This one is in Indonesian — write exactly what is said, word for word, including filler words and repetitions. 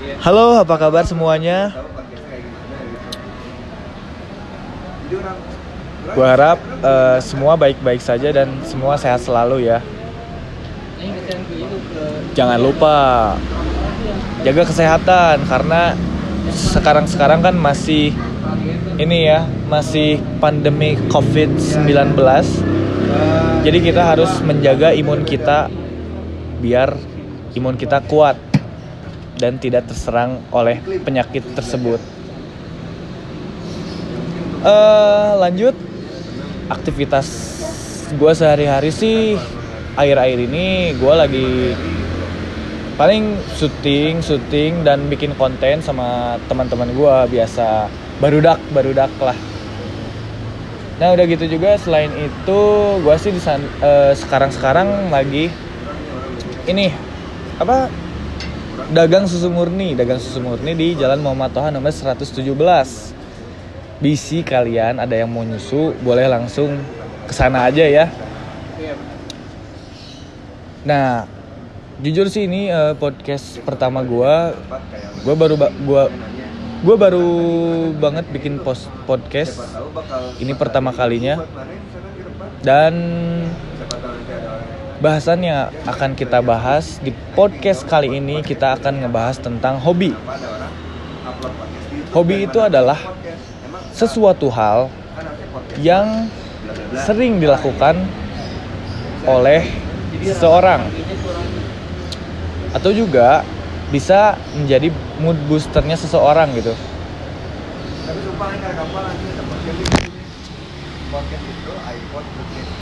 Halo, apa kabar semuanya? Gue harap uh, semua baik-baik saja dan semua sehat selalu ya. Jangan lupa jaga kesehatan karena sekarang-sekarang kan masih ini ya, masih pandemi covid sembilan belas. Jadi kita harus menjaga imun kita biar imun kita kuat dan tidak terserang oleh penyakit tersebut. Uh, lanjut, aktivitas gue sehari-hari sih akhir-akhir ini gue lagi paling syuting, syuting dan bikin konten sama teman-teman gue biasa barudak, barudak lah. Nah udah gitu juga selain itu gue sih di san- uh, sekarang-sekarang lagi ini apa? Dagang susu murni, dagang susu murni di Jalan Muhammad Toha nomor seratus tujuh belas. Bisi kalian ada yang mau nyusu, boleh langsung kesana aja ya. Nah, jujur sih ini uh, podcast pertama gue. Gue baru ba- gue gue baru banget bikin post podcast. Ini pertama kalinya. Dan bahasan yang akan kita bahas di podcast kali ini, kita akan ngebahas tentang hobi. Hobi itu adalah sesuatu hal yang sering dilakukan oleh seseorang atau juga bisa menjadi mood boosternya seseorang gitu.